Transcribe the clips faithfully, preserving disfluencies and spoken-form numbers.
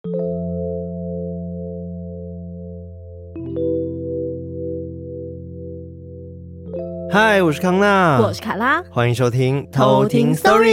嗨，我是康娜， 我是卡拉， 欢迎收听偷听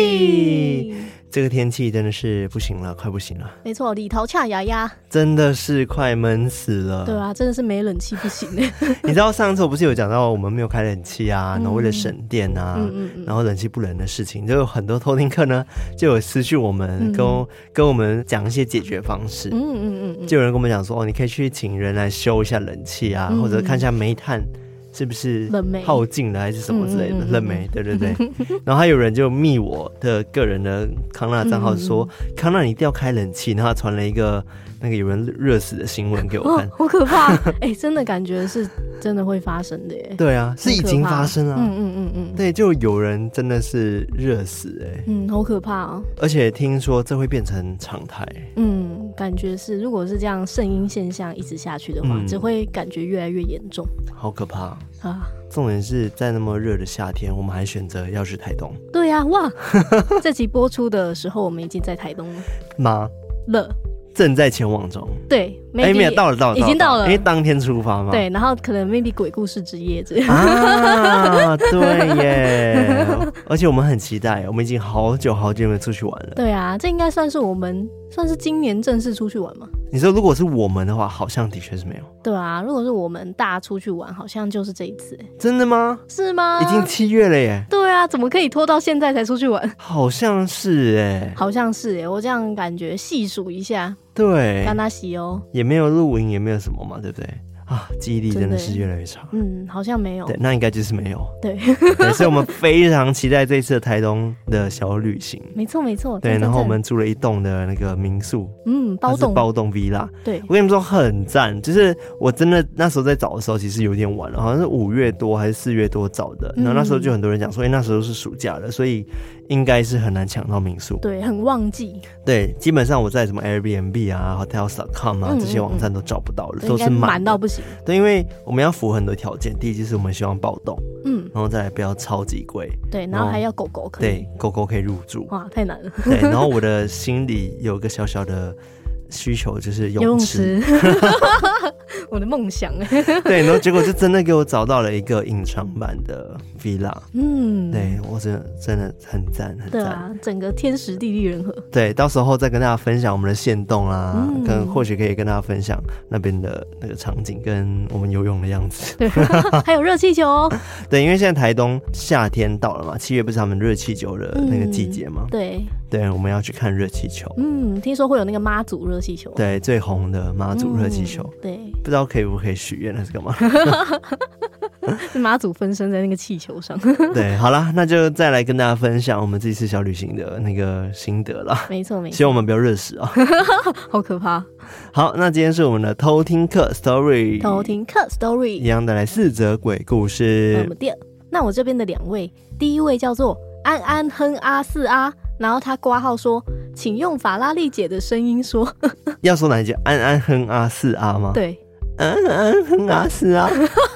Story。 这个天气真的是不行了，快不行了。 没错，里头恰牙牙， 真的是快闷死了。 对啊，真的是没冷气不行。 你知道上次我不是有讲到我们没有开冷气啊，然后为了省电啊，嗯嗯嗯然后冷气不冷的事情，就有很多偷听客呢就有私讯我们，跟、嗯、跟我们讲一些解决方式。嗯嗯嗯就有人跟我们讲说，哦，你可以去请人来修一下冷气啊，嗯、或者看一下煤炭是不是耗尽了还是什么之类的，冷媒，对对对。然后还有人就密我的个人的康纳账号说，嗯、康纳你一定要开冷气，然后他传了一个那个有人热死的新闻给我看， 哦、好可怕！哎、欸，真的感觉是真的会发生的耶。 对啊，是已经发生了。 嗯嗯嗯嗯， 对，就有人真的是热死哎， 嗯，好可怕哦。 而且听说这会变成常态。 嗯，感觉是，如果是这样圣婴现象一直下去的话，嗯、只会感觉越来越严重。 好可怕啊！重点是在那么热的夏天，我们还选择要去台东。 对啊，哇！这集播出的时候，我们已经在台东了吗？ 了。 正在前往中， 对， 哎，没有到了，到了， 已经到了， 因为当天出发嘛。 对，然后可能 maybe 鬼故事之夜之类的啊，对耶，而且我们很期待，我们已经好久好久没有出去玩了。 对啊，这应该算是我们算是今年正式出去玩吗？ 你说如果是我们的话，好像的确是没有。 对啊，如果是我们大出去玩，好像就是这一次。 真的吗？ 是吗？ 已经七月了耶。 对啊，怎么可以拖到现在才出去玩？ 好像是哎， 好像是哎，我这样感觉细数一下。 对， 干他洗哦， 也没有露营，也没有什么嘛，对不对？啊，记忆力真的是越来越差。 嗯，好像没有。 对，那应该就是没有。 对， 对，所以我们非常期待这一次的台东的小旅行。 没错，没错。 对，然后我们住了一栋的那个民宿， 嗯，包栋， 包栋 villa。 对， 我跟你们说很赞，就是我真的那时候在找的时候，其实有点晚了，好像是五月多还是四月多找的。然后那时候就很多人讲说，哎、欸，那时候是暑假了，所以应该是很难抢到民宿。 对，很旺季。 对，基本上我在什么 Airbnb 啊、hotels dot com 啊、嗯、这些网站都找不到了， 嗯、 都是满到不行。 对，因为我们要符合很多条件，第一就是我们希望暴动， 嗯， 然后再来不要超级贵， 对，然后还要狗狗可以， 对，狗狗可以入住， 哇，太难了。 对，然后我的心里有个小小的需求就是泳池， 我的梦想哎。 对，然后结果就真的给我找到了一个隐藏版的 villa， 嗯，对我真的真的很赞很赞， 对啊，整个天时地利人和。 对，到时候再跟大家分享我们的限动啊，嗯、跟或许可以跟大家分享那边的那个场景跟我们游泳的样子。 对，还有热气球哦。 对，因为现在台东夏天到了嘛，七月不是他们热气球的那个季节嘛、嗯？对。对，我们要去看热气球。 嗯，听说会有那个妈祖热气球。 对，最红的妈祖热气球、嗯。 对， 不知道可以不可以许愿，还是干嘛？ 是妈祖分身在那个气球上。 对，好啦，那就再来跟大家分享我们这一次小旅行的那个心得啦。 没错没错， 希望我们不要热死啊！ 好可怕。 好，那今天是我们的偷听客 story， 偷听客 story， 一样的来四则鬼故事。 那我这边的两位，第一位叫做安安哼阿四阿。然后他挂号说，请用法拉利姐的声音说。 要说哪一句？安安哼阿四阿吗？ 对， 安安哼阿四阿。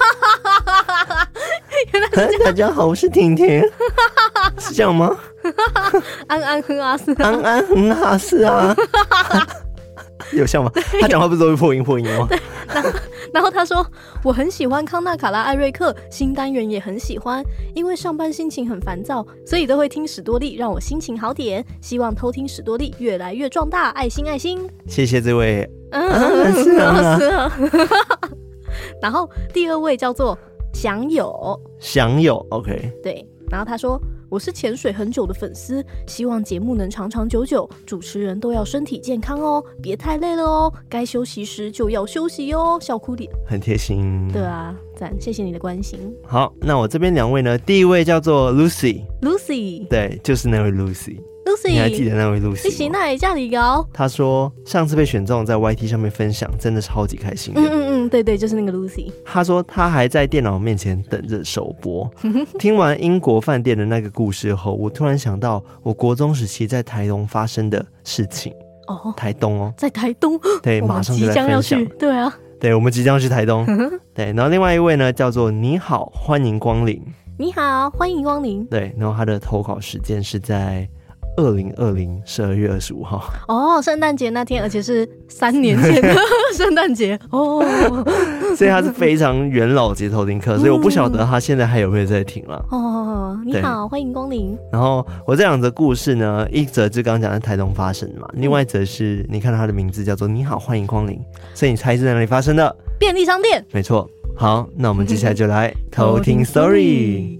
原来是这样。 大家好，我是婷婷。是这样吗？ 安安哼阿四阿，安安哼阿四阿。有像吗？他讲话不是都会破音破音吗？ 对，然后然后他说我很喜欢康纳卡拉艾瑞克，新单元也很喜欢，因为上班心情很烦躁，所以都会听史多利，让我心情好点。希望偷听史多利越来越壮大，爱心爱心。 谢谢这位， 嗯，啊是啊是啊。然后第二位叫做享有， 享有 ，OK， 对，然后他说。我是潜水很久的粉丝，希望节目能长长久久，主持人都要身体健康哦，别太累了哦，该休息时就要休息哦，笑哭脸， 很贴心。 对啊，赞，谢谢你的关心。 好，那我这边两位呢，第一位叫做 Lucy，Lucy， 对，就是那位 Lucy。Lucy， 你还记得那位 Lucy 吗？ 你是哪里家里高？ 她说上次被选中在 Y T 上面分享，真的超级开心的。 嗯嗯嗯，对对，就是那个 Lucy。 她说她还在电脑面前等着首播。听完英国饭店的那个故事后，我突然想到我国中时期在台东发生的事情。哦，台东哦， 在台东， 对，马上就来分享。 对啊， 对，我们即将要去台东。对，然后另外一位呢叫做你好，欢迎光临。 你好，欢迎光临。 对，然后他的投稿时间是在二零二零十二月二十五号。 哦，圣诞节那天，而且是三年前的圣诞节哦， 所以他是非常元老级偷听客，所以我不晓得他现在还有没有在听了。 哦，你好，欢迎光临。 然后我这两则故事呢，一则就刚刚讲在台东发生的嘛，另外一则是你看到他的名字叫做你好，欢迎光临，所以你猜是在哪里发生的？ 便利商店。 没错。好，那我们接下来就来偷听 story。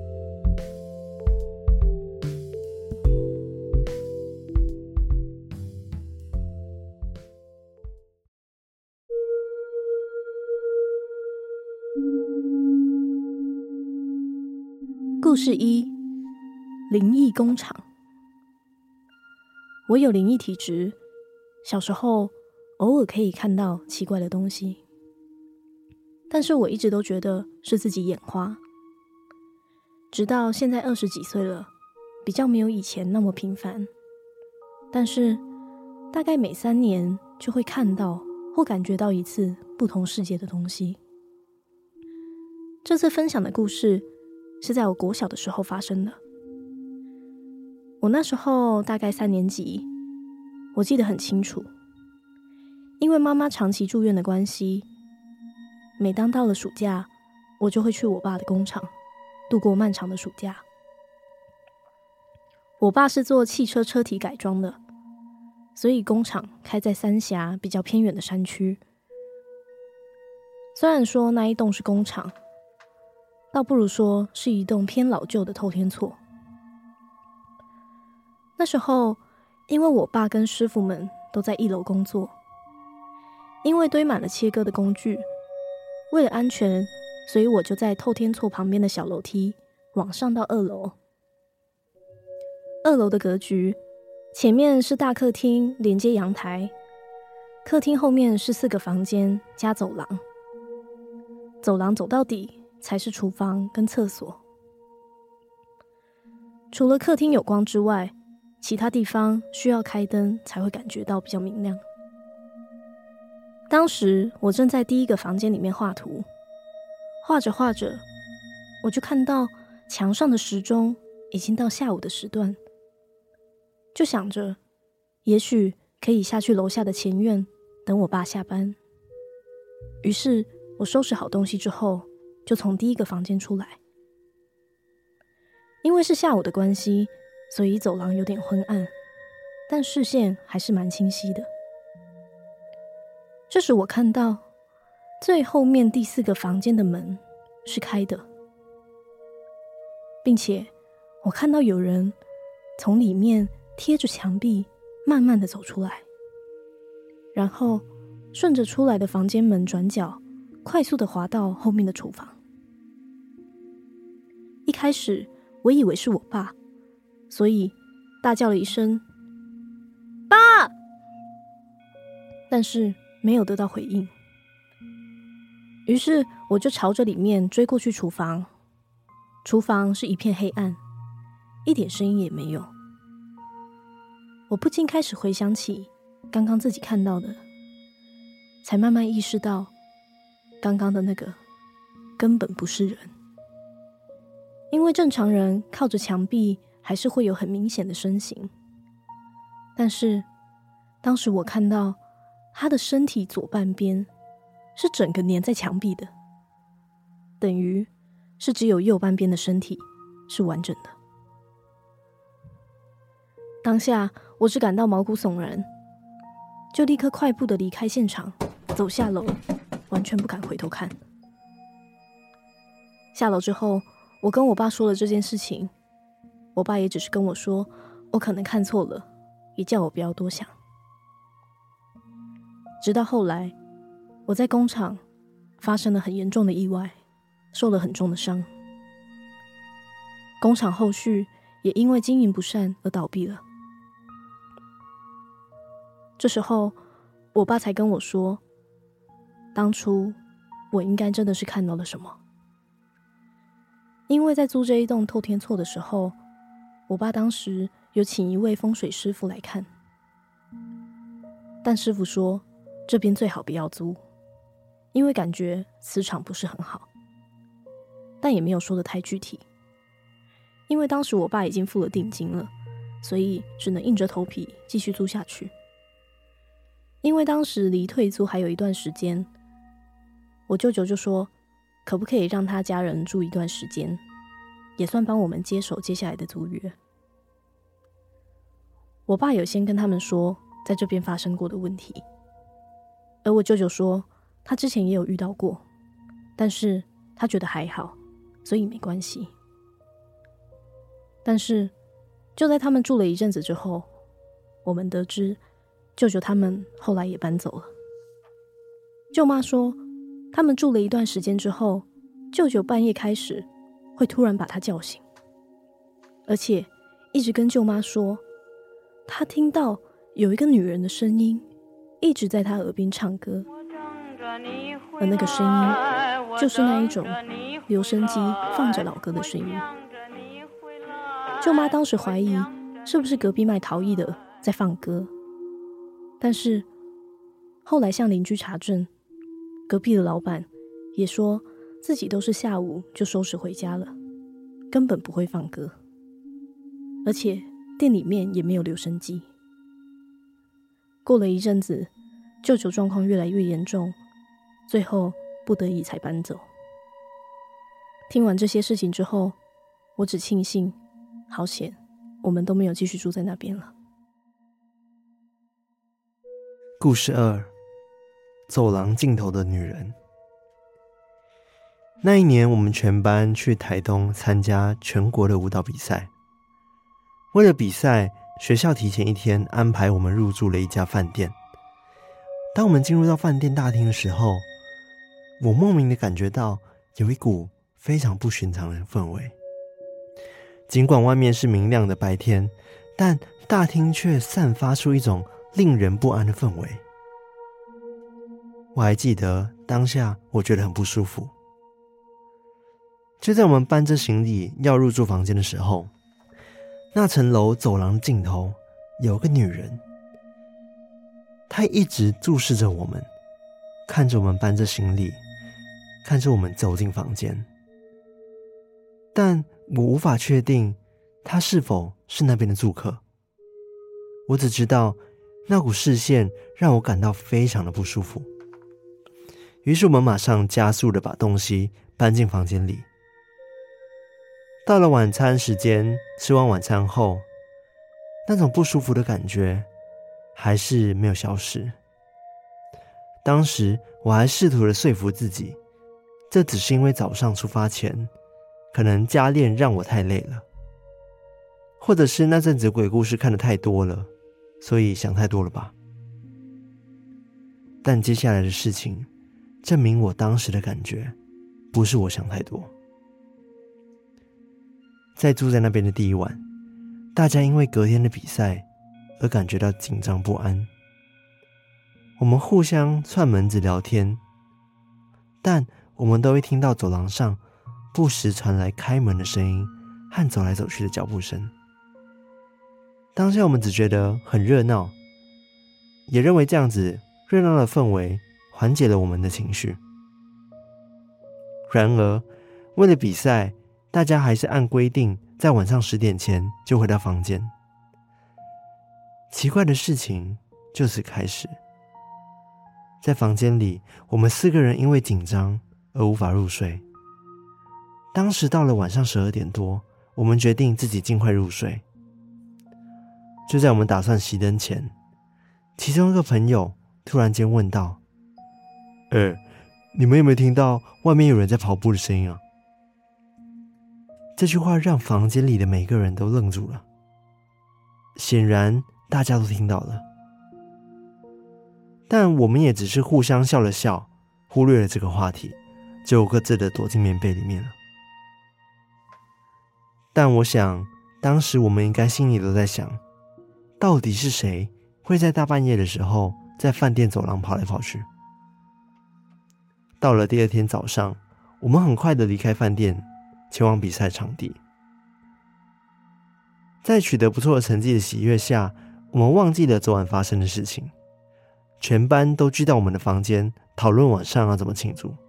故事一：灵异工厂。我有灵异体质，小时候偶尔可以看到奇怪的东西，但是我一直都觉得是自己眼花。直到现在二十几岁了，比较没有以前那么频繁，但是大概每三年就会看到或感觉到一次不同世界的东西。这次分享的故事是在我国小的时候发生的。我那时候大概三年级，我记得很清楚，因为妈妈长期住院的关系，每当到了暑假，我就会去我爸的工厂度过漫长的暑假。我爸是做汽车车体改装的，所以工厂开在三峡比较偏远的山区。虽然说那一栋是工厂，倒不如说是一栋偏老旧的透天厝。那时候因为我爸跟师傅们都在一楼工作，因为堆满了切割的工具，为了安全，所以我就在透天厝旁边的小楼梯往上到二楼。二楼的格局，前面是大客厅连接阳台，客厅后面是四个房间加走廊，走廊走到底才是厨房跟厕所。除了客厅有光之外，其他地方需要开灯才会感觉到比较明亮。当时我正在第一个房间里面画图，画着画着，我就看到墙上的时钟已经到下午的时段，就想着也许可以下去楼下的前院等我爸下班。于是我收拾好东西之后，就从第一个房间出来。因为是下午的关系，所以走廊有点昏暗，但视线还是蛮清晰的。这时我看到最后面第四个房间的门是开的，并且我看到有人从里面贴着墙壁慢慢的走出来，然后顺着出来的房间门转角，快速的滑到后面的厨房。一开始我以为是我爸，所以大叫了一声爸，但是没有得到回应。于是我就朝着里面追过去厨房。厨房是一片黑暗，一点声音也没有。我不禁开始回想起刚刚自己看到的，才慢慢意识到刚刚的那个根本不是人。因为正常人靠着墙壁还是会有很明显的身形，但是当时我看到他的身体左半边是整个粘在墙壁的，等于是只有右半边的身体是完整的。当下我只感到毛骨悚然，就立刻快步的离开现场，走下楼，完全不敢回头看。下楼之后，我跟我爸说了这件事情，我爸也只是跟我说我可能看错了，也叫我不要多想。直到后来我在工厂发生了很严重的意外，受了很重的伤，工厂后续也因为经营不善而倒闭了。这时候我爸才跟我说，当初我应该真的是看到了什么。因为在租这一栋透天厝的时候，我爸当时有请一位风水师傅来看，但师傅说这边最好不要租，因为感觉磁场不是很好，但也没有说得太具体。因为当时我爸已经付了定金了， 所以只能硬着头皮继续租下去。因为当时离退租还有一段时间，我舅舅就说可不可以让他家人住一段时间，也算帮我们接手接下来的租约。我爸有先跟他们说在这边发生过的问题，而我舅舅说他之前也有遇到过，但是他觉得还好，所以没关系。但是就在他们住了一阵子之后，我们得知舅舅他们后来也搬走了。舅妈说他们住了一段时间之后，舅舅半夜开始会突然把他叫醒，而且一直跟舅妈说他听到有一个女人的声音一直在他耳边唱歌，而那个声音就是那一种留声机放着老歌的声音。舅妈当时怀疑是不是隔壁卖陶艺的在放歌，但是后来向邻居查证，隔壁的老板也说自己都是下午就收拾回家了，根本不会放歌，而且店里面也没有留声机。过了一阵子，舅舅状况越来越严重，最后不得已才搬走。听完这些事情之后，我只庆幸好险我们都没有继续住在那边了。 故事二，走廊尽头的女人。那一年我们全班去台东参加全国的舞蹈比赛，为了比赛，学校提前一天安排我们入住了一家饭店。当我们进入到饭店大厅的时候，我莫名的感觉到有一股非常不寻常的氛围。尽管外面是明亮的白天，但大厅却散发出一种令人不安的氛围。我还记得当下我觉得很不舒服。就在我们搬着行李要入住房间的时候，那层楼走廊尽头有个女人，她一直注视着我们，看着我们搬着行李，看着我们走进房间。但我无法确定她是否是那边的住客，我只知道那股视线让我感到非常的不舒服。于是我们马上加速的把东西搬进房间里。到了晚餐时间，吃完晚餐后，那种不舒服的感觉还是没有消失。当时我还试图的说服自己，这只是因为早上出发前可能加练让我太累了，或者是那阵子鬼故事看得太多了，所以想太多了吧。但接下来的事情证明我当时的感觉不是我想太多。在住在那边的第一晚，大家因为隔天的比赛而感觉到紧张不安。我们互相串门子聊天，但我们都会听到走廊上不时传来开门的声音和走来走去的脚步声。当下我们只觉得很热闹，也认为这样子热闹的氛围缓解了我们的情绪。然而为了比赛，大家还是按规定在晚上十点前就回到房间。奇怪的事情就此开始。在房间里，我们四个人因为紧张而无法入睡。当时到了晚上十二点多，我们决定自己尽快入睡。就在我们打算熄灯前，其中一个朋友突然间问道：欸，你们有没有听到外面有人在跑步的声音啊？这句话让房间里的每个人都愣住了。显然大家都听到了，但我们也只是互相笑了笑，忽略了这个话题，就各自的躲进棉被里面了。但我想当时我们应该心里都在想，到底是谁会在大半夜的时候在饭店走廊跑来跑去。到了第二天早上，我们很快的离开饭店，前往比赛场地。在取得不错的成绩的喜悦下，我们忘记了昨晚发生的事情，全班都聚到我们的房间讨论晚上要怎么庆祝。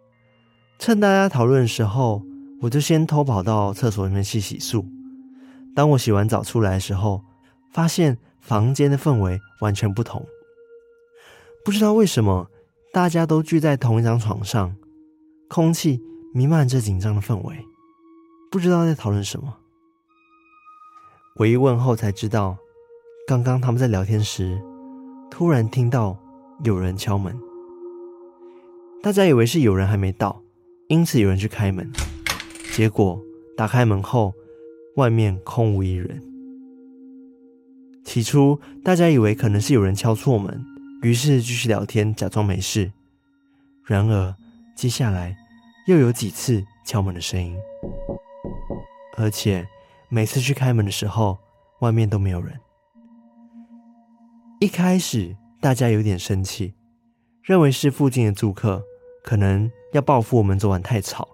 趁大家讨论的时候，我就先偷跑到厕所里面去洗漱。 当我洗完澡出来的时候，发现房间的氛围完全不同。不知道为什么大家都聚在同一张床上，空气弥漫着紧张的氛围，不知道在讨论什么。我一问后才知道，刚刚他们在聊天时，突然听到有人敲门。大家以为是有人还没到，因此有人去开门。结果打开门后，外面空无一人。起初大家以为可能是有人敲错门，于是继续聊天，假装没事。然而接下来又有几次敲门的声音，而且每次去开门的时候，外面都没有人。一开始大家有点生气，认为是附近的住客可能要报复我们昨晚太吵。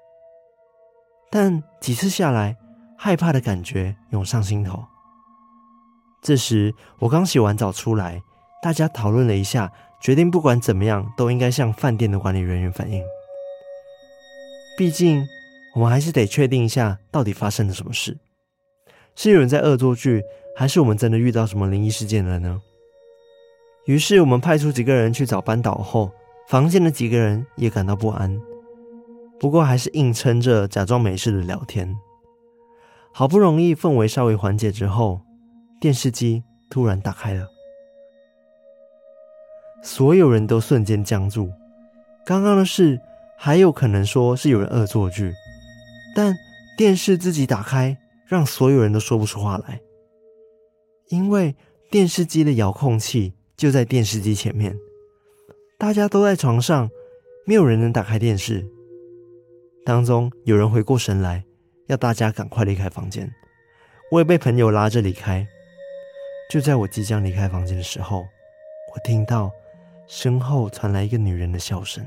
但几次下来，害怕的感觉涌上心头。这时我刚洗完澡出来，大家讨论了一下，决定不管怎么样都应该向饭店的管理人员反映。毕竟我们还是得确定一下到底发生了什么事，是有人在恶作剧，还是我们真的遇到什么灵异事件了呢？于是我们派出几个人去找班导后，房间的几个人也感到不安，不过还是硬撑着假装没事的聊天。好不容易氛围稍微缓解之后，电视机突然打开了，所有人都瞬间僵住。刚刚的事还有可能说是有人恶作剧，但电视自己打开，让所有人都说不出话来。因为电视机的遥控器就在电视机前面，大家都在床上，没有人能打开电视。当中有人回过神来，要大家赶快离开房间，我也被朋友拉着离开。就在我即将离开房间的时候，我听到身后传来一个女人的笑声。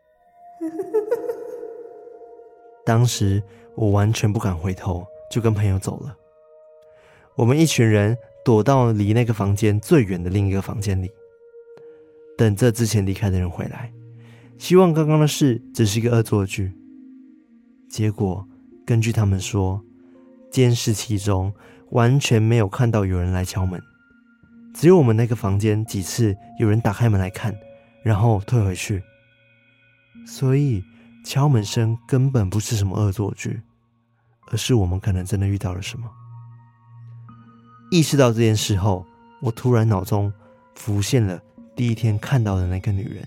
当时我完全不敢回头，就跟朋友走了。我们一群人躲到离那个房间最远的另一个房间里，等着之前离开的人回来，希望刚刚的事只是一个恶作剧。结果根据他们说，监视器中完全没有看到有人来敲门，只有我们那个房间几次有人打开门来看，然后退回去。所以敲门声根本不是什么恶作剧，而是我们可能真的遇到了什么。意识到这件事后，我突然脑中浮现了第一天看到的那个女人。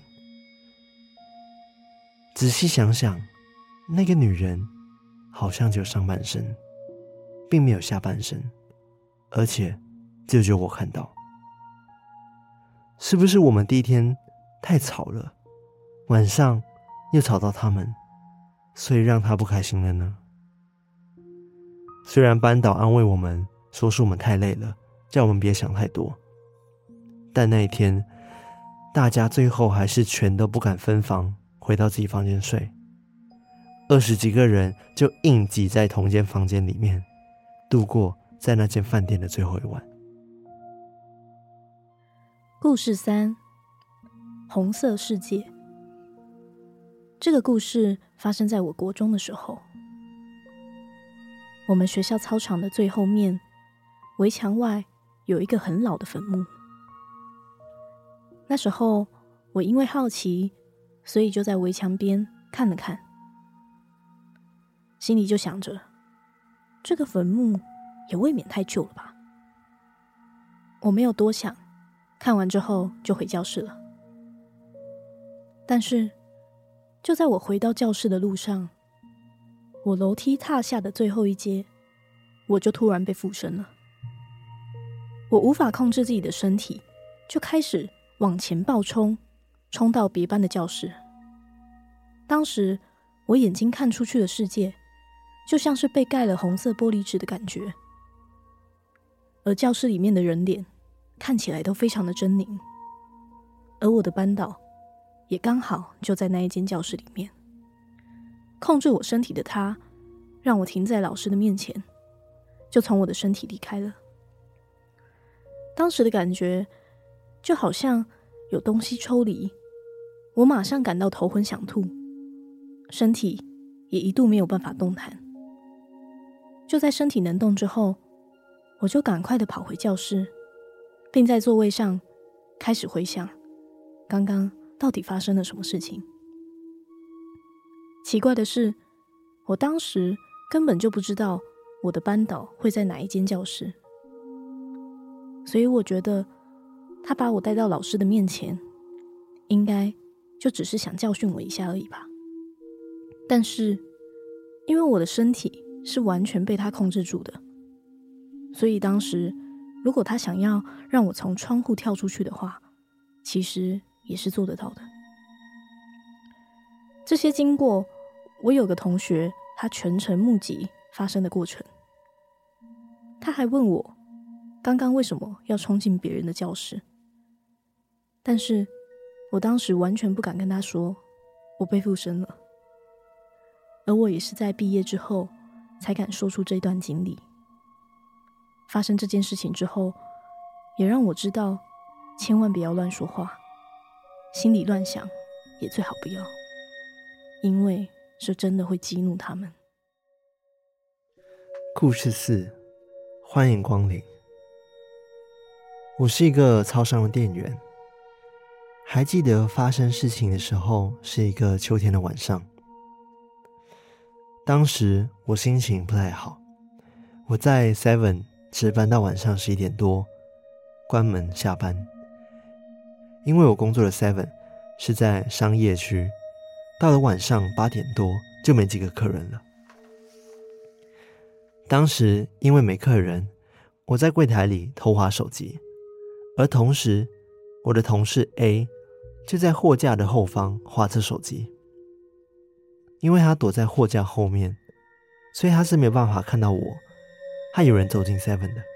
仔细想想，那个女人好像只有上半身，并没有下半身，而且就只有我看到。是不是我们第一天太吵了，晚上又吵到他们，所以让他不开心了呢？虽然班导安慰我们说是我们太累了，叫我们别想太多，但那一天大家最后还是全都不敢分房回到自己房间睡，二十几个人就硬挤在同间房间里面，度过在那间饭店的最后一晚。 故事三：红色世界。这个故事发生在我国中的时候。我们学校操场的最后面，围墙外有一个很老的坟墓。那时候我因为好奇，所以就在围墙边看了看，心里就想着，这个坟墓也未免太旧了吧。我没有多想，看完之后就回教室了。但是就在我回到教室的路上，我楼梯踏下的最后一阶，我就突然被附身了。我无法控制自己的身体，就开始往前暴冲，冲到别班的教室。当时我眼睛看出去的世界，就像是被盖了红色玻璃纸的感觉，而教室里面的人脸看起来都非常的狰狞，而我的班导也刚好就在那一间教室里面。控制我身体的他让我停在老师的面前，就从我的身体离开了。当时的感觉就好像有东西抽离，我马上感到头昏想吐，身体也一度没有办法动弹。就在身体能动之后， 我就赶快的跑回教室，并在座位上开始回想刚刚到底发生了什么事情。奇怪的是，我当时根本就不知道我的班导会在哪一间教室，所以我觉得他把我带到老师的面前，应该就只是想教训我一下而已吧。但是因为我的身体是完全被他控制住的，所以当时如果他想要让我从窗户跳出去的话，其实也是做得到的。这些经过，我有个同学他全程目击发生的过程，他还问我刚刚为什么要冲进别人的教室，但是我当时完全不敢跟他说我被附身了，而我也是在毕业之后才敢说出这一段经历。发生这件事情之后，也让我知道千万不要乱说话，心里乱想也最好不要，因为这真的会激怒他们。 故事四，欢迎光临。我是一个超商的店员，还记得发生事情的时候是一个秋天的晚上。当时我心情不太好，我在 seven 值班到晚上十一点多，关门下班。因为我工作的 seven 是在商业区，到了晚上八点多就没几个客人了。当时因为没客人，我在柜台里偷滑手机，而同时我的同事 A 就在货架的后方滑着手机。因为他躲在货架后面，所以他是没有办法看到我还有人走进 seven 的。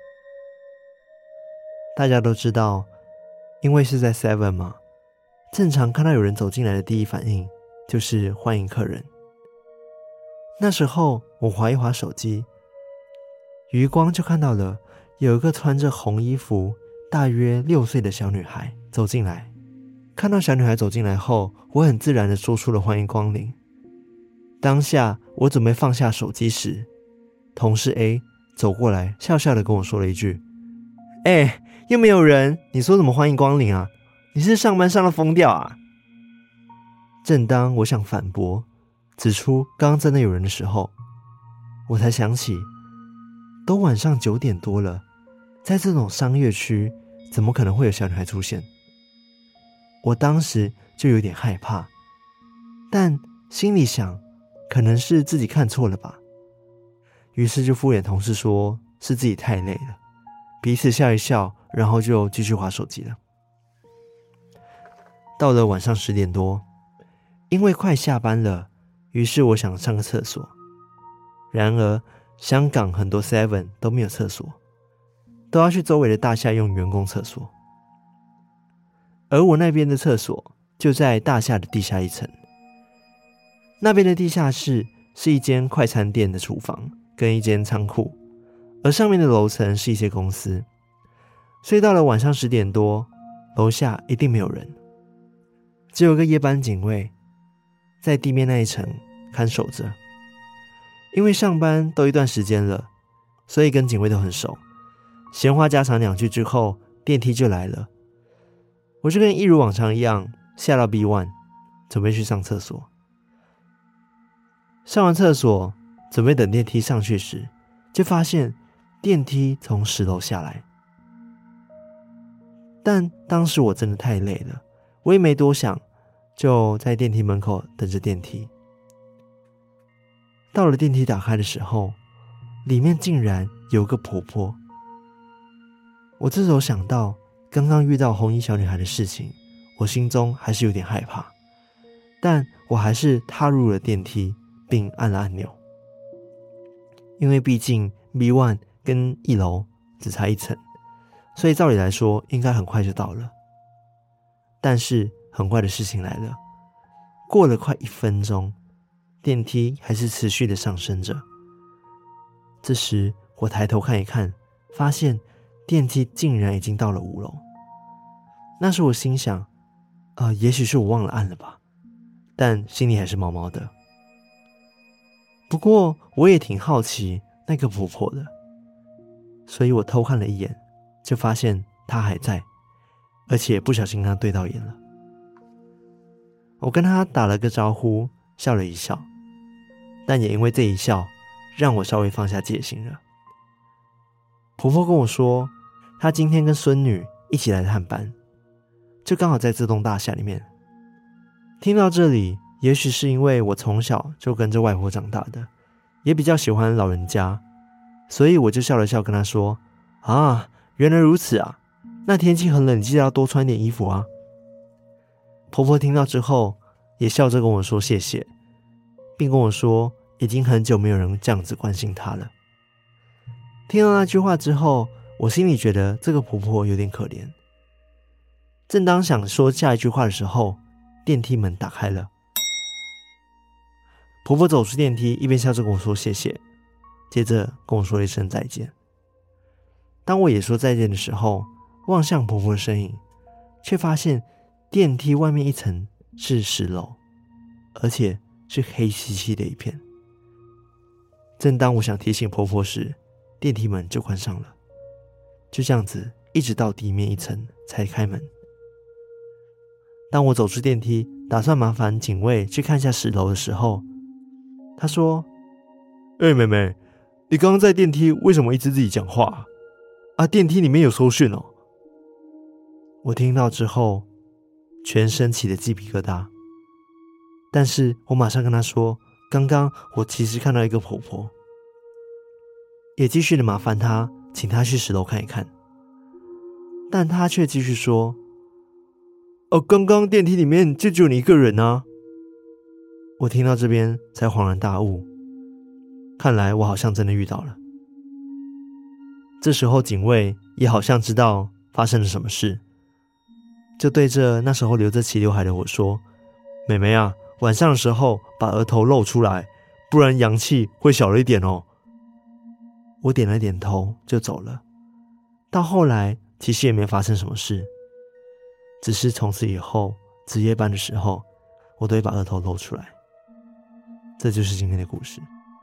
大家都知道，因为是在 seven 嘛，正常看到有人走进来的第一反应就是欢迎客人。那时候我滑一滑手机，余光就看到了有一个穿着红衣服大约六岁的小女孩走进来。看到小女孩走进来后，我很自然地说出了欢迎光临。当下我准备放下手机时，同事 A 走过来笑笑地跟我说了一句：欸，又没有人，你说什么欢迎光临啊？你是上班上到疯掉啊？正当我想反驳指出刚刚真的有人的时候，我才想起都晚上九点多了，在这种商业区怎么可能会有小女孩出现？我当时就有点害怕，但心里想可能是自己看错了吧，于是就敷衍同事说是自己太累了，彼此笑一笑，然后就继续滑手机了。到了晚上十点多，因为快下班了，于是我想上个厕所。然而香港很多 seven 都没有厕所，都要去周围的大厦用员工厕所，而我那边的厕所就在大厦的地下一层。那边的地下室是一间快餐店的厨房跟一间仓库，而上面的楼层是一些公司，所以到了晚上十点多，楼下一定没有人，只有个夜班警卫在地面那一层看守着。因为上班都一段时间了，所以跟警卫都很熟，闲话家常两句之后，电梯就来了。我就跟一如往常一样下到 B 一 准备去上厕所。上完厕所准备等电梯上去时，就发现电梯从十楼下来。但当时我真的太累了，我也没多想，就在电梯门口等着电梯。到了电梯打开的时候，里面竟然有个婆婆。我这时候想到刚刚遇到红衣小女孩的事情，我心中还是有点害怕，但我还是踏入了电梯并按了按钮。因为毕竟 B 一 跟一楼只差一层，所以照理来说应该很快就到了。但是很怪的事情来了，过了快一分钟，电梯还是持续的上升着。这时我抬头看一看，发现电梯竟然已经到了五楼。那时我心想，呃，也许是我忘了按了吧，但心里还是毛毛的。不过我也挺好奇那个婆婆的， 所以我偷看了一眼，就发现他还在，而且不小心跟他对到眼了。我跟他打了个招呼，笑了一笑，但也因为这一笑，让我稍微放下戒心了。婆婆跟我说，她今天跟孙女一起来探班，就刚好在这栋大厦里面。听到这里，也许是因为我从小就跟着外婆长大的，也比较喜欢老人家，所以我就笑了笑跟她说，啊，原来如此啊，那天气很冷，你记得要多穿点衣服啊。婆婆听到之后也笑着跟我说谢谢，并跟我说已经很久没有人这样子关心她了。听到那句话之后，我心里觉得这个婆婆有点可怜。正当想说下一句话的时候，电梯门打开了，婆婆走出电梯，一边笑着跟我说谢谢，接着跟我说一声再见。当我也说再见的时候，望向婆婆的身影，却发现电梯外面一层是十楼，而且是黑漆漆的一片。正当我想提醒婆婆时，电梯门就关上了，就这样子一直到地面一层才开门。当我走出电梯，打算麻烦警卫去看一下十楼的时候，他说，哎、欸，妹妹，你刚刚在电梯为什么一直自己讲话啊？啊，电梯里面有收讯哦。我听到之后全身起了鸡皮疙瘩，但是我马上跟他说，刚刚我其实看到一个婆婆，也继续的麻烦他请他去十楼看一看，但他却继续说，哦，刚刚电梯里面就只有你一个人啊。我听到这边才恍然大悟，看来我好像真的遇到了。这时候警卫也好像知道发生了什么事，就对着那时候留着齐刘海的我说，妹妹啊，晚上的时候把额头露出来，不然阳气会小了一点哦。我点了点头就走了。到后来其实也没发生什么事，只是从此以后值夜班的时候，我都会把额头露出来。这就是今天的故事。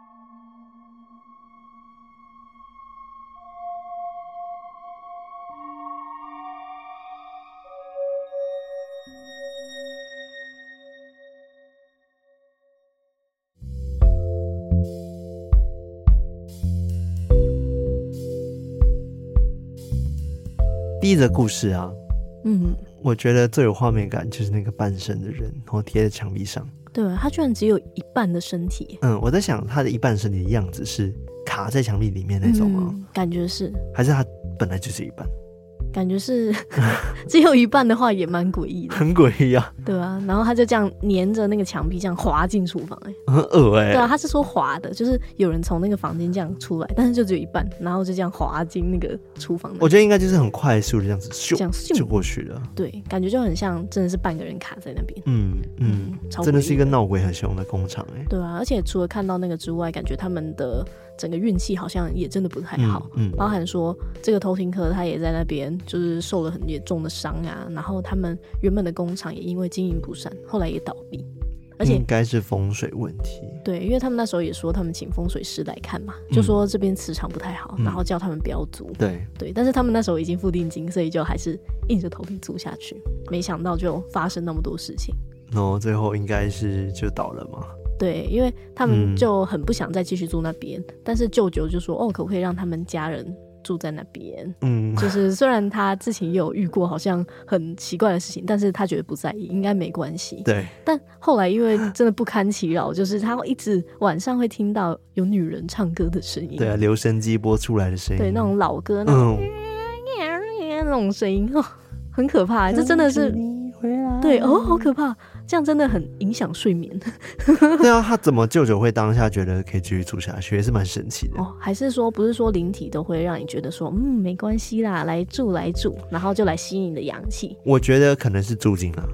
第一则故事啊，嗯，我觉得最有画面感就是那个半身的人，然后贴在墙壁上。 对啊，他居然只有一半的身体。 嗯，我在想他的一半身体的样子是卡在墙壁里面那种吗？ 嗯，感觉是， 还是他本来就是一半？ 感觉是只有一半的话也蛮诡异的， 很诡异啊。 对啊，然后他就这样黏着那个墙壁这样滑进厨房。欸， 很恶哎。欸。对啊，他是说滑的，就是有人从那个房间这样出来，但是就只有一半，然后就这样滑进那个厨房。 我觉得应该就是很快速的这样子咻这样就过去了。 对，感觉就很像真的是半个人卡在那边。 嗯嗯，真的是一个闹鬼很凶的工厂。欸。 对啊，而且除了看到那个之外，感觉他们的整个运气好像也真的不太好。嗯嗯，包含说这个偷听客他也在那边就是受了很严重的伤啊，然后他们原本的工厂也因为经营不善，后来也倒闭。而且应该是风水问题。 对，因为他们那时候也说他们请风水师来看嘛，嗯，就说这边磁场不太好，嗯，然后叫他们不要租。对对，但是他们那时候已经付定金，所以就还是硬着头皮租下去。没想到就发生那么多事情， 然后最后应该是就倒了嘛。 对，因为他们就很不想再继续住那边，嗯，但是舅舅就说哦，可不可以让他们家人住在那边。嗯，就是虽然他之前也有遇过好像很奇怪的事情，但是他觉得不在意，应该没关系。对，但后来因为真的不堪其扰，就是他一直晚上会听到有女人唱歌的声音。对啊， 留声机播出来的声音。 对，那种老歌那种，嗯，那种声音，哦，很可怕。这真的是对哦，好可怕，这样真的很影响睡眠。 对啊，他怎么舅舅会当下觉得可以继续住下去，也是蛮神奇的。 哦，还是说不是说灵体都会让你觉得说，嗯，没关系啦，来住来住，然后就来吸你的阳气？ 我觉得可能是租金啊，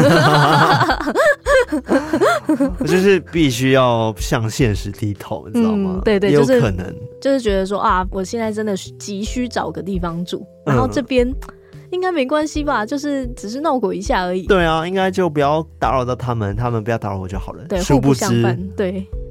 就是必须要向现实低头，你知道吗？嗯， 对对， 也有可能， 就是、就是觉得说啊，我现在真的急需找个地方住，然后这边。嗯，应该没关系吧，就是只是闹鬼一下而已。 对啊，应该就不要打扰到他们，他们不要打扰我就好了。 对，互不相伴。对，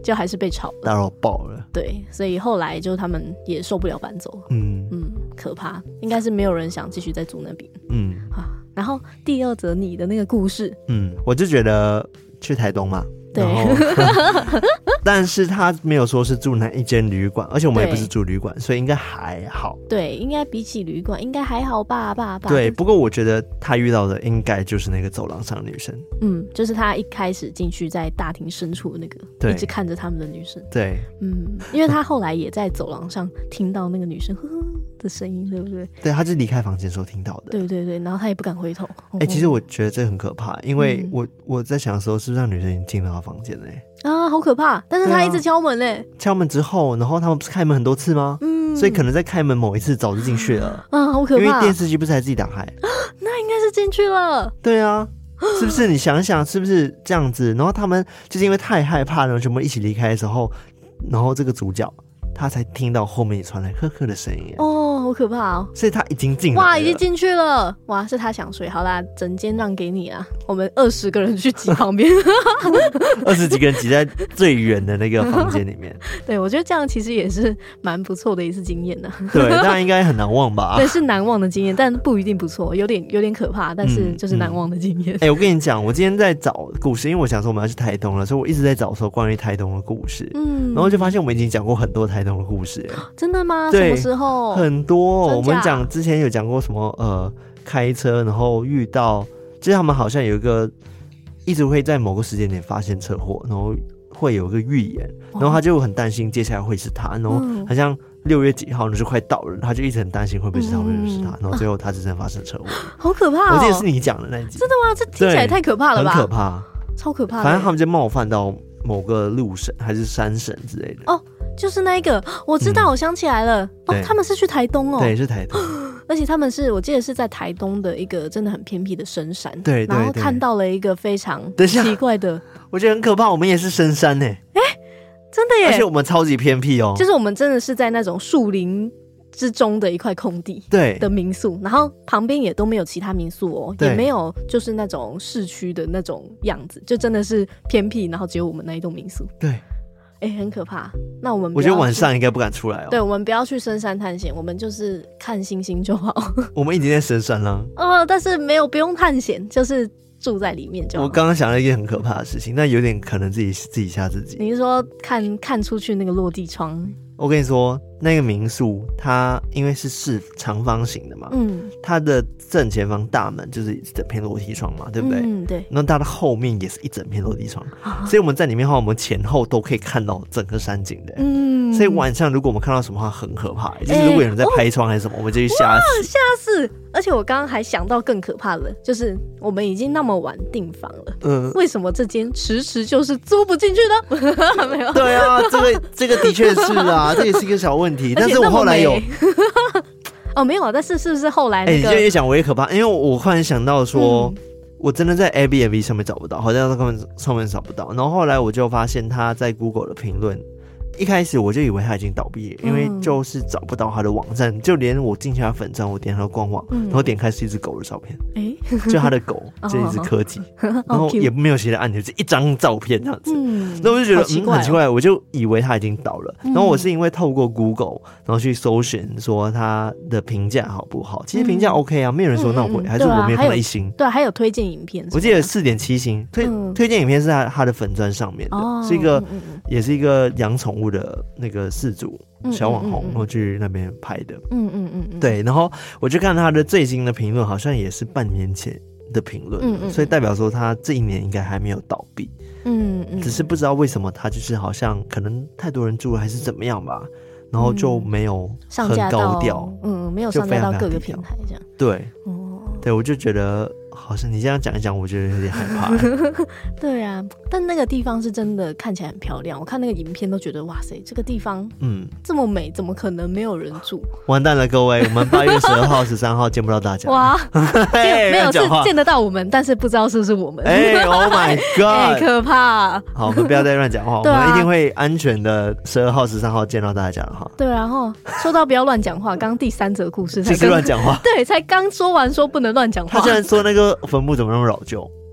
就还是被吵了， 打扰爆了。 对，所以后来就他们也受不了搬走了。嗯嗯，可怕，应该是没有人想继续再住那边。嗯啊，然后第二则你的那个故事， 嗯，我就觉得去台东嘛。 对， 但是他没有说是住哪一间旅馆，而且我们也不是住旅馆，所以应该还好。 对，应该比起旅馆应该还好吧吧吧。 对，不过我觉得他遇到的应该就是那个走廊上的女生。 嗯，就是他一开始进去在大厅深处的那个，一直看着他们的女生。 对， 嗯，因为他后来也在走廊上听到那个女生呵呵的声音，对不对？ 对，他是离开房间时候听到的。 对对对，然后他也不敢回头。 哎、欸，其实我觉得这很可怕，因为我、嗯、我在想的时候，是不是让女生已经进到他房间嘞？ 啊，好可怕！但是他一直敲门嘞、啊。 敲门之后，然后他们不是开门很多次吗？嗯，所以可能在开门某一次早就进去了。 啊，好可怕！ 因为电视机不是还自己打开， 那应该是进去了。 对啊，是不是？你想想，是不是这样子？然后他们就是因为太害怕了，全部一起离开的时候，然后这个主角他才听到后面也传来呵呵的声音。 哦，好可怕哦！ 所以他已经进来了， 哇，已经进去了，哇，是他想睡。好啦，整间让给你啦，我们二十个人去挤旁边， 二十几个人挤在最远的那个房间里面。 对，我觉得这样其实也是蛮不错的一次经验的。 对，大家应该很难忘吧？ 对，是难忘的经验，但不一定不错，有点有点可怕，但是就是难忘的经验。 哎、嗯嗯欸，我跟你讲，我今天在找故事，因为我想说我们要去台东了，所以我一直在找说关于台东的故事。嗯，然后就发现我们已经讲过很多台东的故事。 真的吗？ 对， 什么时候？ 很多、哦，我们讲之前有讲过什么呃，开车然后遇到，就是他们好像有一个一直会在某个时间点发现车祸，然后会有一个预言，然后他就很担心接下来会是他，然后好像六月几号呢就快到了，他就一直很担心会不会是他，会不会是他，然后最后他是真的发生车祸， 好可怕、哦！ 我记得是你讲的那一集， 真的吗？这听起来太可怕了吧？ 很可怕， 超可怕的。 反正他们就冒犯到某个路神还是山神之类的。 哦，就是那一个，我知道，嗯、我想起来了。哦，他们是去台东哦。 对，是台东。 而且他们是我记得是在台东的一个真的很偏僻的深山， 对，对， 然后看到了一个非常奇怪的， 我觉得很可怕。我们也是深山哎，哎， 真的耶！ 而且我们超级偏僻哦， 就是我们真的是在那种树林之中的一块空地， 对的民宿，然后旁边也都没有其他民宿哦，也没有就是那种市区的那种样子，就真的是偏僻，然后只有我们那一栋民宿， 对。 哎、欸，很可怕。那我们我觉得晚上应该不敢出来哦。 对，我们不要去深山探险，我们就是看星星就好。 我们已经在深山了。 哦，但是没有不用探险，就是住在里面就好。 我刚刚想了一件很可怕的事情，但有点可能自己自己吓自己。 你是说看看出去那个落地窗？ 我跟你说，那个民宿它因为是是长方形的嘛，嗯，它的正前方大门就是一整片落地窗嘛，对不对？ 嗯，对。 那它的后面也是一整片落地窗，啊、所以我们在里面的话，我们前后都可以看到整个山景的。嗯，所以晚上如果我们看到什么话，很可怕、欸，就是如果有人在拍窗还是什么，欸、我们就去吓死， 吓死！而且我刚刚还想到更可怕的，就是我们已经那么晚订房了，嗯，为什么这间迟迟就是租不进去呢？没有。 对啊，这个这个的确是啊，这也是一个小问题。但是我后来有哦，没有，但是是不是后来那个？ 哎、欸，你越讲我也可怕，因为我忽然想到说，嗯、我真的在 Airbnb 上面找不到，好像在他们上面找不到。然后后来我就发现他在 Google 的评论。一开始我就以为他已经倒闭了，因为就是找不到他的网站，嗯、就连我进去他粉站，我点他的官网，嗯、然后点开是一只狗的照片，欸、就他的狗，就一只柯基，哦、然后也没有其他按钮，就一张照片这样子。嗯，那我就觉得嗯很奇怪，我就以为他已经倒了。嗯、然后我是因为透过 Google， 然后去搜寻说他的评价好不好，其实评价 OK 啊，没有人说闹鬼，嗯、还是我没有看到一星。 对，还有推荐影片， 我记得四点七星，推、嗯、推荐影片是他他的粉专上面的，哦、是一个、嗯、也是一个养宠物的那个饲主小网红，然后去那边拍的。嗯嗯嗯嗯，对。然后我就看他的最新的评论，好像也是半年前的评论，嗯嗯，所以代表说他这一年应该还没有倒闭。嗯嗯，只是不知道为什么他就是好像可能太多人住了，还是怎么样吧，然后就没有很高调， 嗯，没有上架到各个平台这样。 对，哦，对，我就觉得。好像你这样讲一讲，我觉得有点害怕。 对啊，但那个地方是真的看起来很漂亮。我看那个影片都觉得，哇塞，这个地方嗯这么美，怎么可能没有人住？完蛋了，各位，我们八月十二号、十三号见不到大家。哇， 没有是见得到我们，但是不知道是不是我们。 哎、欸、，Oh my God， 欸、可怕。 好，我们不要再乱讲话，啊、我们一定会安全的十二号、十三号见到大家了哈。 对，然后说到不要乱讲话，刚刚第三则故事才就是乱讲话。 对，才刚说完说不能乱讲话， 他竟然说那个。坟墓怎么那么老旧？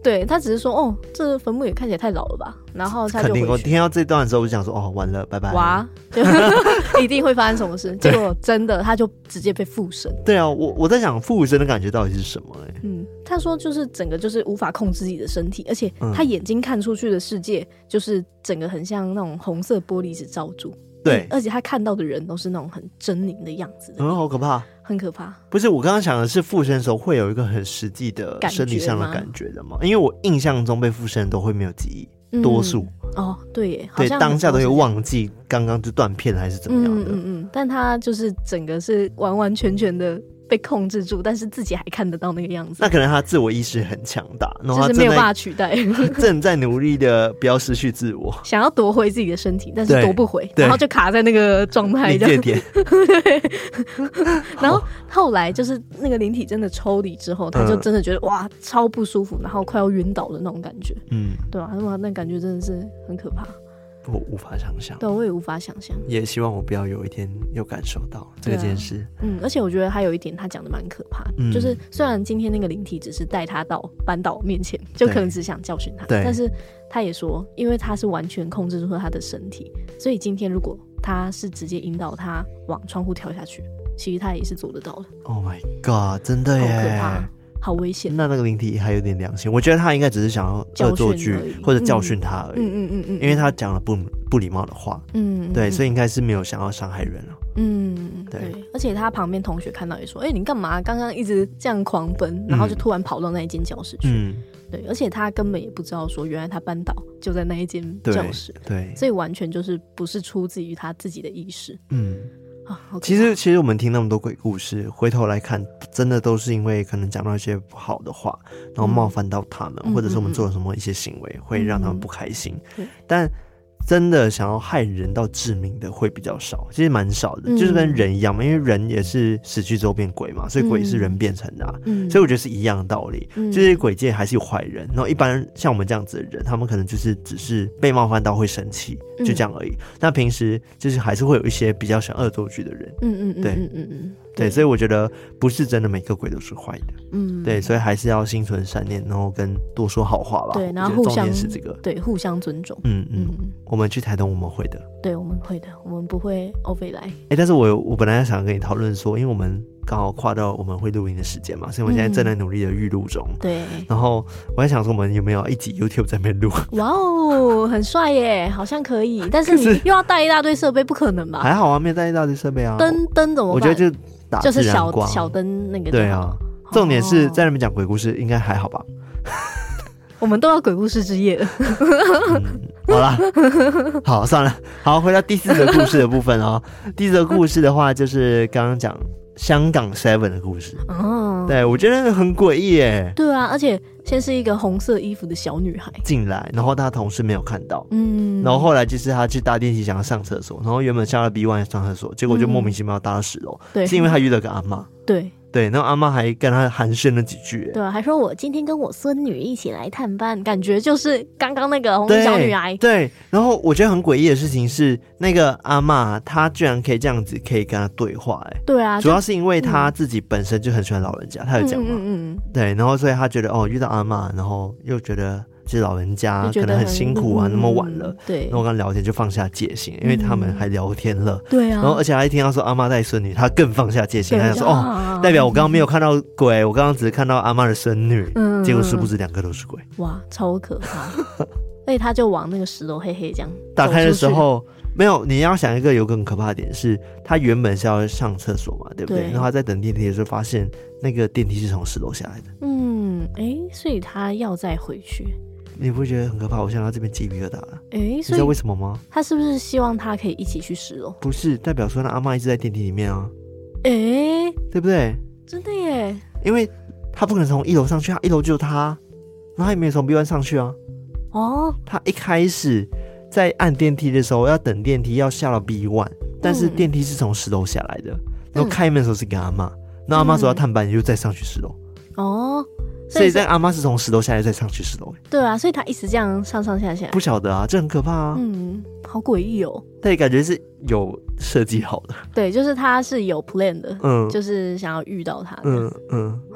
对，他只是说哦，这坟墓也看起来太老了吧，然后他就肯定我听到这段的时候我就想说哦完了拜拜， 哇一定会发生什么事，结果真的他就直接被附身。 对啊，我我在想附身的感觉到底是什么、欸、 嗯，他说就是整个就是无法控制自己的身体，而且他眼睛看出去的世界就是整个很像那种红色玻璃纸罩住， 对， 而且他看到的人都是那种很狰狞的样子的， 嗯，好可怕， 很可怕。 不是，我刚刚想的是附身的时候会有一个很实际的生理上的感觉的嘛？因为我印象中被附身都会没有记忆，嗯、多数哦，对耶， 对，当下都会忘记刚刚就断片还是怎么样的。 嗯嗯嗯，但他就是整个是完完全全的被控制住，但是自己还看得到那个样子。 那可能他自我意识很强大，然后他就是没有办法取代， 正在努力的不要失去自我， 想要夺回自己的身体，但是夺不回，然后就卡在那个状态这样。 点对，然后后来就是那个灵体真的抽离之后，他就真的觉得、嗯、哇超不舒服，然后快要晕倒的那种感觉。嗯，对吧、啊？那那感觉真的是很可怕。 我无法想象， 对，我也无法想象， 也希望我不要有一天有感受到这件事、啊。 嗯，而且我觉得还有一点，他讲的蛮可怕的、嗯，就是虽然今天那个灵体只是带他到班导面前，就可能只想教训他，但是他也说，因为他是完全控制住他的身体，所以今天如果他是直接引导他往窗户跳下去，其实他也是做得到的。 Oh my god， 真的耶， 好可怕。好危险！ 那那个灵体还有点良心，我觉得他应该只是想要恶作剧或者教训他而已。嗯嗯嗯嗯，因为他讲了不不礼貌的话。嗯，对，所以应该是没有想要伤害人了。嗯，对, 对。而且他旁边同学看到也说：“哎、欸，你干嘛？刚刚一直这样狂奔，然后就突然跑到那一间教室去。嗯”对，而且他根本也不知道说，原来他班导就在那一间教室。 对， 所以完全就是不是出自于他自己的意识。嗯。 啊、其实，其实我们听那么多鬼故事，回头来看，真的都是因为可能讲到一些不好的话，然后冒犯到他们，嗯、或者是我们做了什么一些行为，嗯、会让他们不开心。嗯、但真的想要害人到致命的会比较少，其实蛮少的、嗯，就是跟人一样嘛，因为人也是死去之后变鬼嘛，所以鬼是人变成的、啊嗯，所以我觉得是一样的道理。嗯、就是鬼界还是有坏人，然后一般像我们这样子的人，他们可能就是只是被冒犯到会生气，就这样而已。嗯、那平时就是还是会有一些比较想恶作剧的人，嗯嗯嗯，对，嗯嗯嗯。对，所以我觉得不是真的每个鬼都是坏的，嗯，对，所以还是要心存善念，然后跟多说好话吧。 对，然后互相重点是这个， 对，互相尊重。 嗯嗯，嗯我们去台东我们会的， 对，我们会的，我们不会欧菲来。 哎、欸，但是我我本来想跟你讨论说，因为我们刚好跨到我们会录音的时间嘛，所以我们现在正在努力的预录中。对、嗯，然后我还想说，我们有没有一集 YouTube 在那边录？ 哇哦，很帅耶，好像可以，但是你又要带一大堆设备，不可能吧？ 还好啊，没有带一大堆设备啊。 灯灯怎么办？ 我觉得就。 就是小小灯那个， 对啊，重点是在那边讲鬼故事，应该还好吧？ 我们都要鬼故事之夜了。 嗯、好啦，好算了，好，回到第四个故事的部分哦。第四个故事的话，就是刚刚讲香港 Seven 的故事。哦，对，我觉得很诡异耶。 对啊，而且先是一个红色衣服的小女孩进来，然后她同事没有看到，嗯，然后后来就是她去搭电梯想要上厕所，然后原本下了 B 一 上厕所，结果就莫名其妙搭到十楼，对、嗯，是因为她遇到个阿嬷， 对。 对，然后阿嬷还跟他寒暄了几句， 对啊，还说我今天跟我孙女一起来探班，感觉就是刚刚那个红衣小女孩。 对，然后我觉得很诡异的事情是，那个阿嬷她居然可以这样子可以跟他对话，哎， 对啊， 主要是因为她自己本身就很喜欢老人家，她、嗯、有讲嘛，嗯嗯嗯，对，然后所以她觉得哦遇到阿嬷，然后又觉得。其实老人家可能很辛苦啊，那么晚了，对。然后我刚聊天就放下戒心，因为他们还聊天了，对啊。然后而且他一听到说阿嬷带孙女，他更放下戒心，他想说哦，代表我刚刚没有看到鬼，我刚刚只是看到阿嬷的孙女，嗯，结果殊不知两个都是鬼， 哇，超可怕。所以他就往那个十楼黑黑这样打开的时候，没有，你要想一个有更可怕的点是，他原本是要上厕所嘛，对不对？对，然后他在等电梯的时候发现那个电梯是从十楼下来的， 嗯，哎，所以他要再回去。 你不会觉得很可怕？我现在这边鸡皮疙瘩了。 哎、欸， 你知道为什么吗？ 他是不是希望他可以一起去十楼？ 不是，代表说那阿嬷一直在电梯里面啊。 哎、欸， 对不对？ 真的耶！ 因为他不可能从一楼上去啊，一楼只有他，然后他也没有从 B 一 上去啊。哦，他一开始在按电梯的时候要等电梯要下到 B 一，但是电梯是从十楼下来的，嗯、然后开门的时候是给阿嬷，那、嗯、阿嬷说要探班，你就再上去十楼。哦。所以在阿嬷是从十楼下来再上去十楼， 对啊，所以他一直这样上上下下， 不晓得啊，这很可怕啊， 嗯，好诡异哦。 对，感觉是有设计好的， 对，就是他是有 plan 的，嗯，就是想要遇到他的，嗯嗯，哦，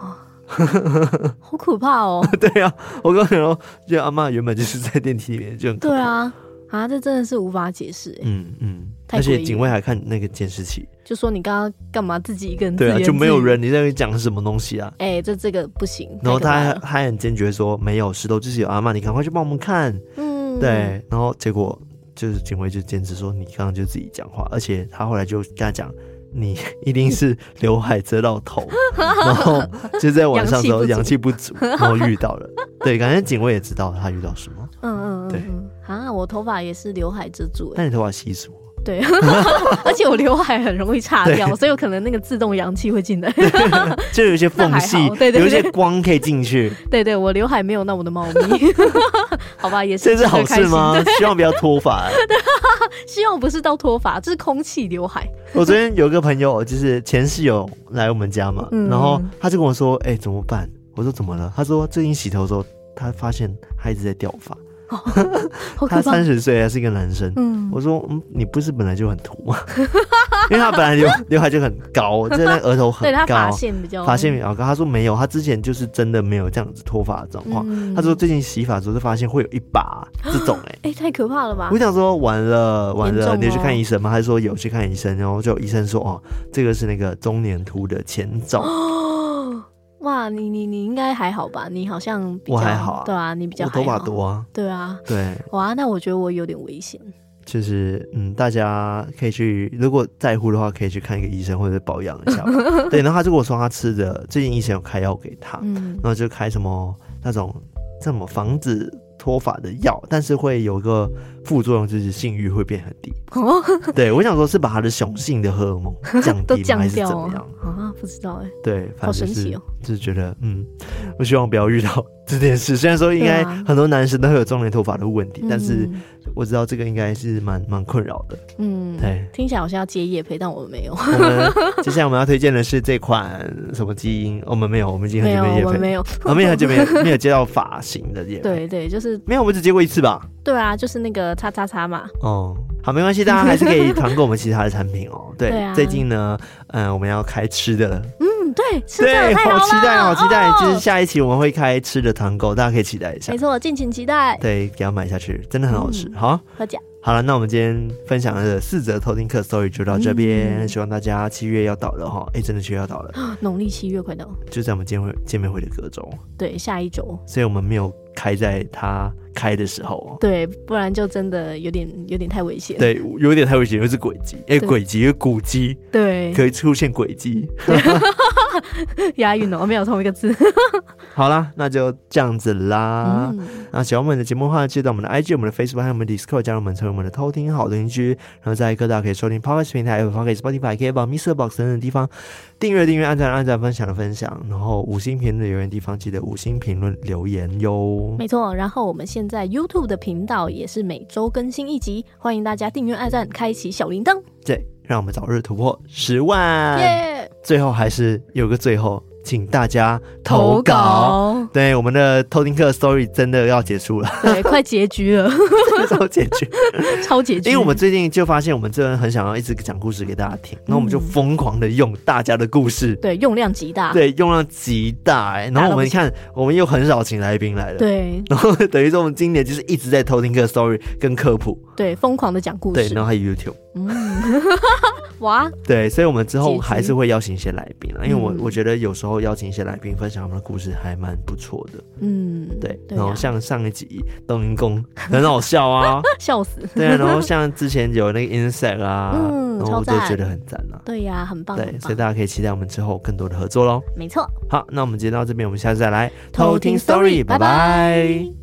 好可怕哦。 对啊，我跟你说，就阿嬷原本就是在电梯里面，就很可怕。 对啊，啊，这真的是无法解释哎。 嗯嗯，而且警卫还看那个监视器， 就说你刚刚干嘛自己一个人自对啊， 言自语？ 就没有人，你在那里讲什么东西啊？ 哎、欸，这这个不行。 然后他还还很坚决说没有，石头就是有阿嬷，你赶快去帮我们看。嗯，对，然后结果就是警卫就坚持说你刚刚就自己讲话，而且他后来就跟他讲。你一定是刘海遮到头，然后就在晚上的时候阳气不足，然后遇到了。对，感觉警卫也知道他遇到什么。嗯嗯嗯，对啊，我头发也是刘海遮住， 但你头发稀疏。 对，而且我刘海很容易岔掉，所以有可能那个自动阳气会进来， 就有一些缝隙，对对对，有一些光可以进去。 对对，我刘海没有那么的茂密，好吧，也是。 这是好事吗？希望不要脱发。 希望不是到脱发，这是空气刘海。 我昨天有一个朋友，就是前室友来我们家嘛，嗯、然后他就跟我说：“哎、欸，怎么办？”我说：“怎么了？”他说：“最近洗头的时候，他发现他一直在掉发。”哦、他三十岁还是一个男生，嗯、我说嗯，你不是本来就很秃吗？因为他本来刘刘海就很高，就是那额头很高， 对他发线比较发线比较高。他说没有，他之前就是真的没有这样子脱发的状况。嗯、他说最近洗发的时候就发现会有一把这种、欸，哎、 欸，太可怕了吧！ 我想说完了完了，你有去看医生吗？他说有去看医生，然后就有医生说哦，这个是那个中年秃的前兆。 哇，你你你应该还好吧？你好像比较我还好啊， 对啊，你比较还好， 我头发多啊， 对啊， 对， 哇，那我觉得我有点危险。 就是嗯，大家可以去，如果在乎的话，可以去看一个医生或者保养一下。对，然后他就跟我说他吃的，最近医生有开药给他，嗯、然后就开什么那种这么防止脱发的药，但是会有个副作用，就是性欲会变很低。哦，对，我想说是把他的雄性的荷尔蒙降低吗？ 降还是怎么样啊？不知道哎、欸。 对，反正、就是、 好神奇哦。 就是觉得嗯，我希望不要遇到这件事。虽然说应该很多男生都会有中年脱发的问题，啊、但是我知道这个应该是蛮蛮困扰的。嗯，对， 听起来好像要接业配，但我们没有。 我们接下来我们要推荐的是这款什么基因？我们没有，我们已经很久没业配， 我们没有， 我们很久没有没有接到发型的业配。 对对，就是没有，我们只接过一次吧。 对啊，就是那个叉叉叉嘛。 哦，好，没关系，大家还是可以团购我们其他的产品哦。对， 对啊、 最近呢，嗯、呃，我们要开吃的了。 嗯，对，吃的对， 太好了， 好期待，好期待！ 哦、 就是下一期我们会开吃的团购，大家可以期待一下。 没错，敬请期待。 对，给它买下去，真的很好吃。嗯、好， 喝奖。 好了，那我们今天分享的四则偷听课 story 就到这边，嗯、希望大家七月要到了哈，哎、欸，真的七月要到了， 农历七月快到， 就在我们见会见面会的隔周， 对，下一周， 所以我们没有开在他开的时候， 对，不然就真的有点有点太危险， 对，有点太危险，又是轨迹，哎，轨迹，因为古迹， 对， 可以出现轨迹， 押韵哦，没有同一个字。 好啦，那就这样子啦。嗯、那喜欢我们的节目的话，记得我们的 I G、我们的 Facebook 还有我们的 Discord 加入我们，成为我们的偷听好邻居。然后在各大可以收听 Podcast 平台、Apple Podcast、Spotify、K K B O X、Mixer Box 等等地方订阅、订阅、按赞、按赞、分享的分享。然后五星评论留言地方记得五星评论留言哟。 没错，然后我们现在 YouTube 的频道也是每周更新一集，欢迎大家订阅、按赞、开启小铃铛。 对，让我们早日突破十万。耶、yeah ！最后还是有个最后。请大家投稿，投稿对我们的偷听课 story 真的要结束了， 对，快结局了， 超结局， 超结局。 因为我们最近就发现，我们这人很想要一直讲故事给大家听，然后我们就疯狂的用大家的故事， 对，用量极大， 对，用量极大、欸。然后我们看，我们又很少请来宾来了， 对， 然后等于说我们今年就是一直在偷听课 story 跟科普， 对，疯狂的讲故事， 对，然后还有 YouTube， 嗯， 哇， 对，所以我们之后还是会邀请一些来宾啦，因为我、嗯、我觉得有时候邀请一些来宾分享他们的故事还蛮不错的，嗯，对， 对啊、 然后像上一集冬阴功很好笑啊， 笑死， 对啊，然后像之前有那个 insect 啊，嗯，然后我都觉得很赞啊， 对呀、啊，很棒， 对， 很棒， 所以大家可以期待我们之后更多的合作咯。 没错， 好，那我们今天到这边，我们下次再来偷听 story， 拜拜。